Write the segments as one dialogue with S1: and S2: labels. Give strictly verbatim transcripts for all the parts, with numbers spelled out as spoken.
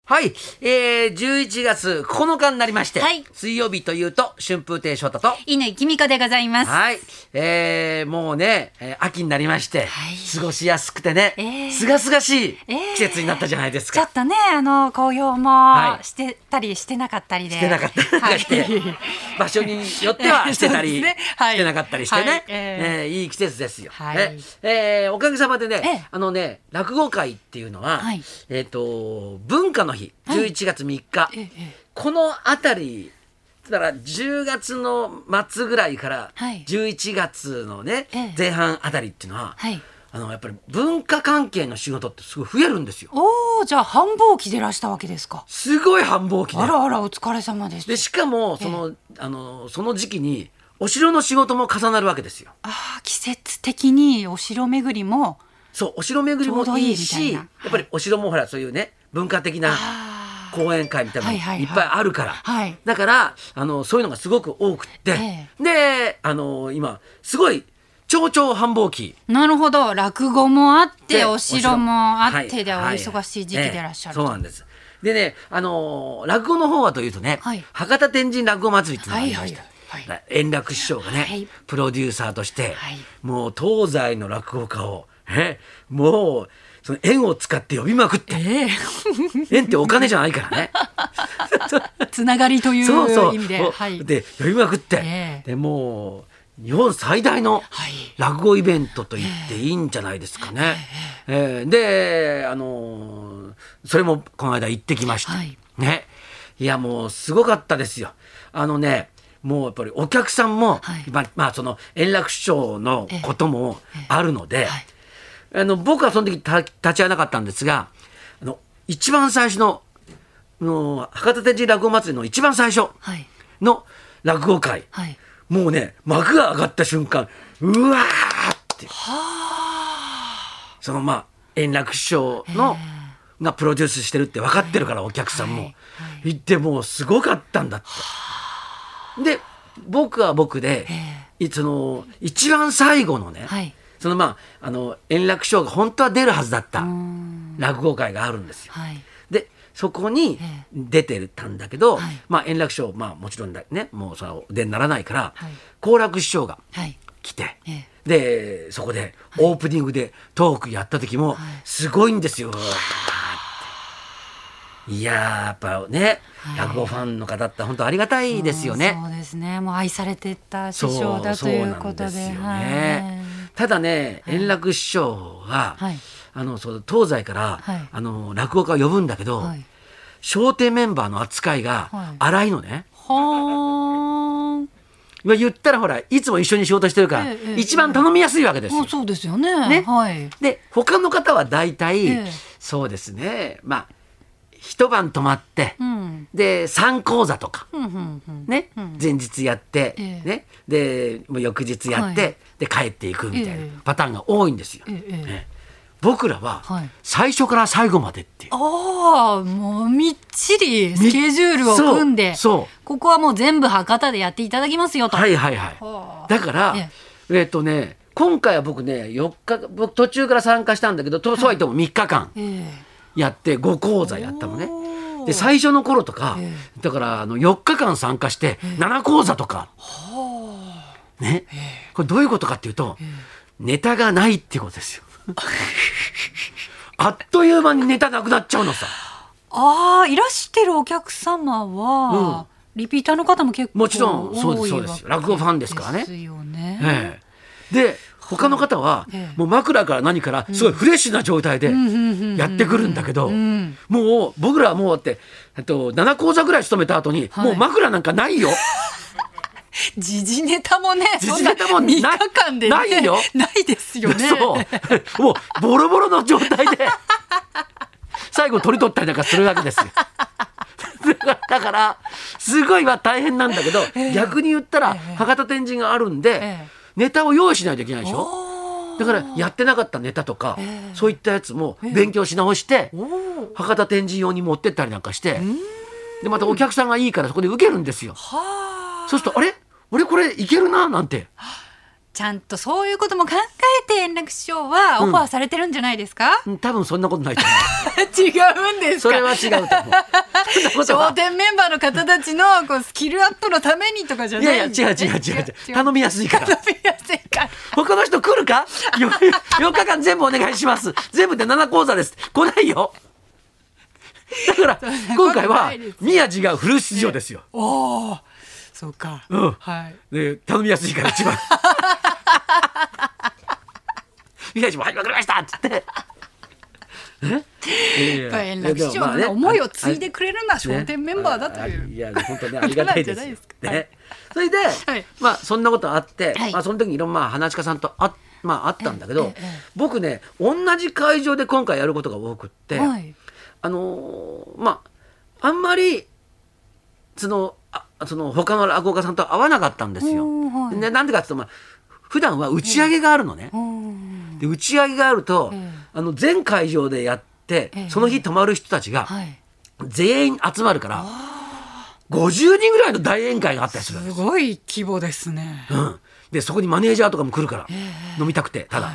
S1: はい、えー、じゅういちがつここのかになりまして、
S2: はい、
S1: 水曜日というと春風亭昇太と
S2: 乾きみかでございます。
S1: はい、えー、もうね、えー、秋になりまして、はい、過ごしやすくてね、すがすがしい季節になったじゃないですか。
S2: えー、ちょっとね、あの紅葉もしてたりしてなかったりで、
S1: してなかったりはい、して場所によってはしてたり、ねはい、してなかったりしてね、はい、えー、いい季節ですよ。はい、えー、おかげさまでね、えー、あのね落語会っていうのは、はい、えっと文化の日じゅういちがつみっか、はい、このあたりだからじゅうがつの末ぐらいからじゅういちがつのね、はい、前半あたりっていうのは、はい、あのやっぱり文化関係の仕事ってすごい増えるんですよ。
S2: おー、じゃあ繁忙期でらしたわけですか。
S1: すごい繁忙期で、
S2: あらあらお疲れ様です。
S1: でしかもその、あのその時期にお城の仕事も重なるわけですよ。
S2: あ、季節的にお城巡りも
S1: そう、お城巡りもいいし、やっぱりお城もほらそういうね文化的な講演会みたいなのいっぱいあるから、はいはいはい、だからあのそういうのがすごく多くって、ええ、であの今すごい超々繁忙期。
S2: なるほど、落語もあってお城もあってでお忙しい時期でいらっしゃる、
S1: はいはい、そうなんです。でね、あの落語の方はというとね、はい、博多天神落語祭りっていうのがありました、はいはい、円楽師匠がね、はい、プロデューサーとして、はい、もう東西の落語家をえもうその円を使って呼びまくって、えー、円ってお金じゃないからね
S2: つながりという
S1: そうそう
S2: 意味で、はい、
S1: で呼びまくって、えー、でもう日本最大の落語イベントと言っていいんじゃないですかね、えーえー、で、あのー、それもこの間行ってきまして、はい、ね、いやもうすごかったですよ。あのねもうやっぱりお客さんも、はい、まあ、まあその円楽師匠のこともあるので、えーえーはい、あの僕はその時立ち会わなかったんですが、あの一番最初のの博多天神落語祭りの一番最初の落語会、はい、もうね幕が上がった瞬間うわーってそのまあ円楽師匠のがプロデュースしてるって分かってるからお客さんも行ってもうすごかったんだって。で僕は僕でその一番最後のね、はい、そのまああの円楽師匠が本当は出るはずだった落語会があるんですよ、はい、でそこに出てたんだけど、はい、まあ、円楽師匠、まあ、もちろんだねもうそのお出にならないから好、はい、楽師匠が来て、はい、でそこでオープニングでトークやった時もすごいんですよ、はい、いややっぱね、はい、落語ファンの方って本当ありがたいですよね。
S2: そうですね、もう愛されてた師匠だということで、そうなんですよね、はい、
S1: ただね円楽師匠が、はい、あのそう東西から、はい、あの落語家を呼ぶんだけど、はい、笑点メンバーの扱いが荒いのね、はい、言ったらほらいつも一緒に仕事してるから、ええ、一番頼みやすいわけですよ、
S2: ええ、そうですよ ね, ね、はい、で
S1: 他の方は大体、ええ、そうですね、まあ一晩泊まって、うん、でさん講座とか、うんうんうんねうん、前日やって、ええね、でもう翌日やって、はい、で帰っていくみたいなパターンが多いんですよ、ええね、僕らは最初から最後までっていう、
S2: はい、ああもうみっちりスケジュールを組んでそうここはもう全部博多でやっていただきますよと、
S1: はいはいはい、はだから、えええー、っとね今回は僕ねよっか僕途中から参加したんだけど、そうは言ってもみっかかん、ええやってご講座やったのね。で最初の頃とか、えー、だからあのよっかかん参加してなな講座とか、えー、ね、えー、これどういうことかっていうと、えー、ネタがないっていうことですよあっという間にネタなくなっちゃうのさ。
S2: ああいらしてるお客様は、うん、リピーターの方も結構
S1: もちろんそうですそうです、落語ファンですからね。
S2: ですよね、
S1: えー、で他の方はもう枕から何からすごいフレッシュな状態でやってくるんだけど、もう僕らはもうってとなな講座ぐらい務めた後にもう枕なんかないよ、はい、
S2: 時事ネタもね
S1: 時事ネタも
S2: みっかかんで、ね、
S1: ないよ
S2: ないですよね。
S1: そうもうボロボロの状態で最後取り取ったりなんかするわけですよだからすごいは大変なんだけど、えー、逆に言ったら、えー、博多天神があるんで、えーネタを用意しないといけないでしょ。だからやってなかったネタとか、えー、そういったやつも勉強し直して、えー、博多天神用に持ってったりなんかして、でまたお客さんがいいからそこで受けるんですよ。そうするとあれ俺これいけるななんて
S2: ちゃんとそういうことも考えて円楽師匠はオファーされてるんじゃないですか？
S1: うん、多分そんなことないと思
S2: う。違うんですか？
S1: それは違うと思う。
S2: 笑点メンバーの方たちのこうスキルアップのためにとかじゃない。
S1: いやいや違う違う違う違う。頼みやすいから。
S2: 頼みやすいから。
S1: 他の人来るか？よっかかん全部お願いします。全部でなな講座です。来ないよ。だから今回は宮治がフル出場ですよ。
S2: おお、そうか。
S1: うん。
S2: はい。
S1: で頼みやすいから一番。宮治もはいわかりましたっつって。
S2: やっぱ円楽師匠の思いを継いでくれるのは笑点メンバーだという。
S1: いや本当にありがたいですよ。ね。それでまあそんなことあって、まあその時にいろんな話し家さんとあまああったんだけど、僕ね同じ会場で今回やることが多くって。あのー、まああんまりそのあその他の落語家さんと会わなかったんですよ。はい、でなんでかっていうと、まあ、普段は打ち上げがあるのね。で打ち上げがあると、あの全会場でやってその日泊まる人たちが全員集まるから、ごじゅうにんぐらいの大宴会があったりするんです。
S2: すごい規模ですね。
S1: うん、でそこにマネージャーとかも来るから、飲みたくてただ、はい、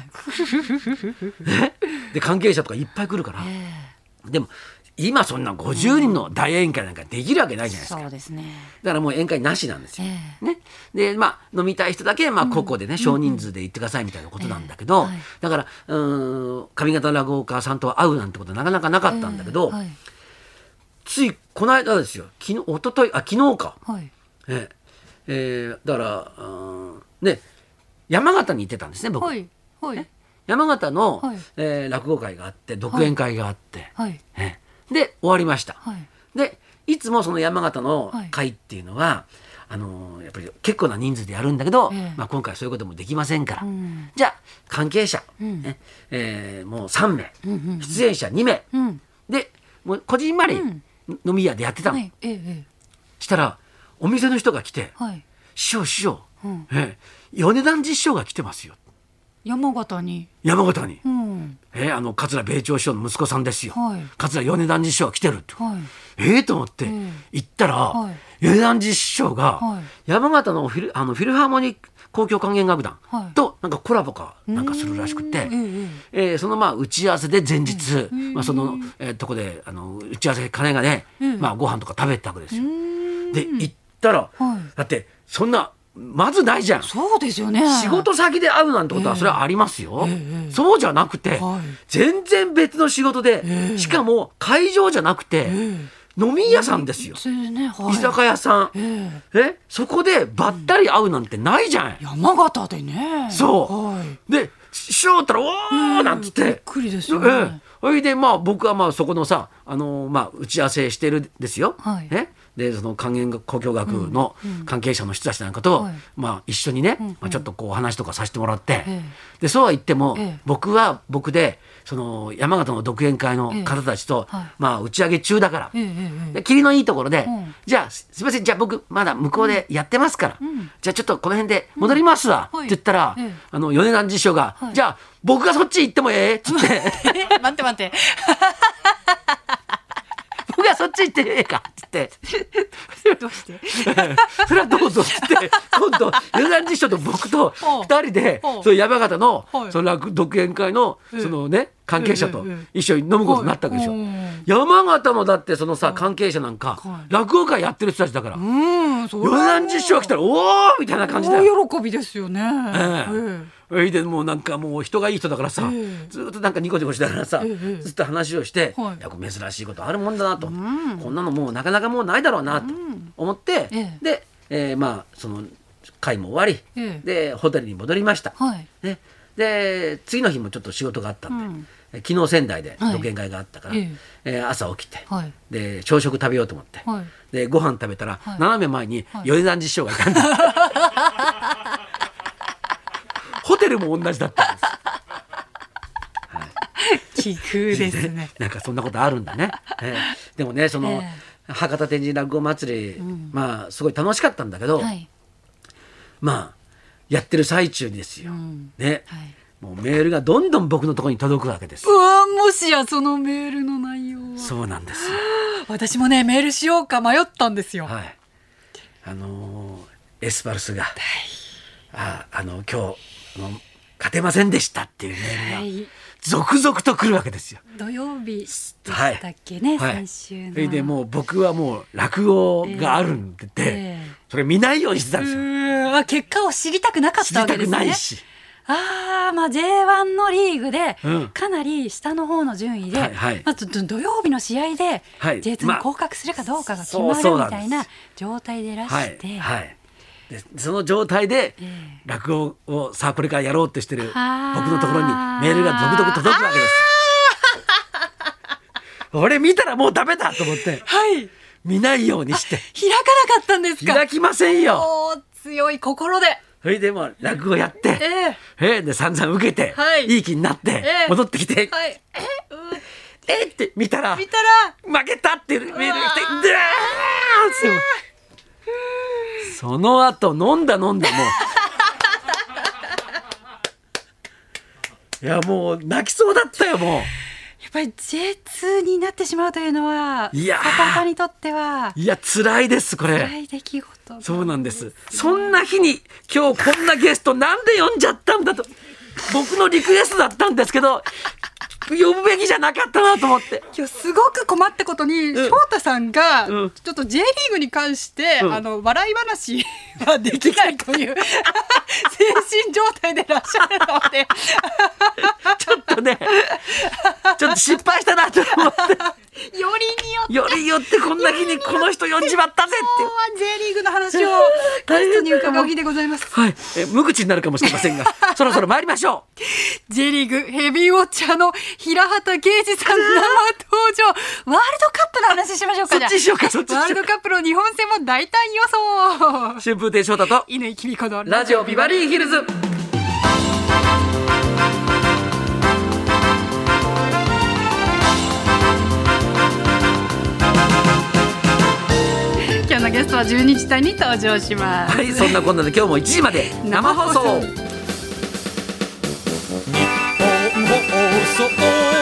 S1: で関係者とかいっぱい来るから。でも今そんなごじゅうにんの大宴会なんかできるわけないじゃないですか。
S2: そうですね。
S1: だからもう宴会なしなんですよ。
S2: えー、
S1: ね、でまあ飲みたい人だけまあ個々でね、うん、少人数で行ってくださいみたいなことなんだけど、えーはい、だからうーん上方落語家さんと会うなんてことはなかなかなかったんだけど、えーはい、ついこの間ですよ。昨日一昨日あ昨日か。はい、えーえー、だからうんね山形に行ってたんですね僕。はいはい山形の、はいえー、落語会があって独演会があって、はいえー、で終わりました、はい、でいつもその山形の会っていうのは、はい、あのー、やっぱり結構な人数でやるんだけど、えーまあ、今回そういうこともできませんから、うん、じゃあ関係者、うんねえー、もうさんめい、うんうんうん、出演者にめい、うん、でもうこじんまり飲み屋でやってたの、はいえー、したらお店の人が来て、はい、師匠師匠、うんえー、米團次師匠が来てますよ。
S2: 山形に
S1: 山形に、うんえー、あの桂米朝師匠の息子さんですよ、はい、桂米團次師匠が来てるって、はい、えーと思って行ったら、はい、米團次師匠が、はい、山形のフィル、あのフィルハーモニック交響管弦楽団となんかコラボかなんかするらしくて、えー、そのまあ打ち合わせで前日、まあ、その、えー、とこであの打ち合わせ金がね、まあ、ご飯とか食べたわけですよ。で行ったら、はい、だってそんなまずないじゃん。
S2: そうですよね。
S1: 仕事先で会うなんてことはそれはありますよ、えーえー、そうじゃなくて、はい、全然別の仕事で、えー、しかも会場じゃなくて、えー、飲み屋さんですよ、えーねはい、居酒屋さん、えー、えそこでばったり会うなんてないじゃん、
S2: うん、山形でね。
S1: そう、はい、で師匠ったらおーなんつって、えー、びっ
S2: くりですよね、えー、
S1: それでまあ僕はまあそこのさ、あのー、まあ打ち合わせしてるんですよ、はい、ねでその管弦交響楽の関係者の人たちなんかと、うんうんまあ、一緒にね、うんうんまあ、ちょっとこうお話とかさせてもらって、ええ、でそうは言っても、ええ、僕は僕でその山形の独演会の方たちと、ええはいまあ、打ち上げ中だから、え、で霧のいいところで、うん、じゃあすいませんじゃあ僕まだ向こうでやってますから、うん、じゃあちょっとこの辺で戻りますわ、うん、って言ったら、はい、あの米團次師匠が、はい、じゃあ僕がそっち行ってもええっつって
S2: 待って待って
S1: 僕がそっち行ってええかっつって
S2: どうして
S1: それはどうぞっつって今度米團次師匠と僕とふたりでその山形のその独演会のそのね関係者と一緒に飲むことになったわけですよ。山形のだってそのさ関係者なんか落語会やってる人たちだから米團次師匠が来たらおーみたいな感じで
S2: 大喜びですよね。
S1: ええでもうなんかもう人がいい人だからさ、えー、ずっとなんかニコニコしながらさ、えー、ずっと話をして、はい、いや珍しいことあるもんだなと、うん、こんなのもうなかなかもうないだろうなと思って、うん、で、えー、まあその会も終わり、えー、でホテルに戻りました、はいね、で次の日もちょっと仕事があったんで、うん昨日仙台で独演会があったから、はいえー、朝起きて、はい、で朝食食べようと思って、はい、でご飯食べたら、はい、斜め前に米團次師匠がいたんだ、はい、ホテルも同じだったんです、
S2: はい、奇遇ですね
S1: なんかそんなことあるんだね、えー、でもねその、えー、博多天神落語祭り、うん、まあすごい楽しかったんだけど、はい、まあやってる最中にですよ、うんねはいもうメールがどんどん僕のところに届くわけです。
S2: うわもしやそのメールの内容は
S1: そうなんですよ。
S2: 私もねメールしようか迷ったんですよ。
S1: はい、あのー、エスパルスが、はいああの今日の勝てませんでしたっていうメールが、はい続々と来るわけですよ。
S2: 土曜日でしたっけね、はい、先週の。
S1: それでもう僕はもう落語があるんで、えーえー、それ見ないようにしてたんですよ。う
S2: ーん結果を知りたくなかったわけですね。
S1: 知りたくないし。
S2: あまあ ジェイワン のリーグでかなり下の方の順位で、うんはいはいまあ、土曜日の試合で ジェイツー に降格するかどうかが決まるみたいな状態でいらして。はいはい
S1: でその状態で落語をさあこれからやろうとしてる僕のところにメールが続々届くわけです。俺見たらもうダメだと思って、はい、見ないようにして
S2: 開かなかったんですか。
S1: 開きませんよ。
S2: 強い心で。
S1: それでも落語やって、えー、で散々受けて、はい、いい気になって戻ってきて、はい、えー、えー、って見たら
S2: 見たら
S1: 負けたってメールが来て、でーその後飲んだ飲んだもういやもう泣きそうだったよ。もうやっ
S2: ぱり ジェイツー になってしまうというのはいやサポーターにとってはい
S1: や辛いですこれ。
S2: 辛い出来事。
S1: そうなんです。そんな日に今日こんなゲストなんで呼んじゃったんだと僕のリクエストだったんですけど呼ぶべきじゃなかったなと思って。
S2: 今日すごく困ったことに、うん、翔太さんがちょっと J リーグに関して、うん、あの笑い話はできないという精神状態でいらっしゃるので
S1: ちょっとねちょっと失敗したなと思って
S2: よりによって
S1: よりによってこんな日にこの人呼んじまったぜって
S2: 今日は J リーグの話をゲストに伺う日でございます。
S1: はい、え無口になるかもしれませんがそろそろ参りましょ
S2: う。J リーグヘビーウォッチャーの平畑啓二さん生登場。ワールドカップの話しましょうか。
S1: そっちしようか。そっちしようか。
S2: ワールドカップの日本戦も大胆予想。
S1: 春風亭昇太と
S2: 乾きみ子の
S1: ラジオビバリーヒルズ。
S2: 今日のゲストはじゅうにじ台に登場します。
S1: はい、そんなこんなで今日もいちじまで生放送。日本放送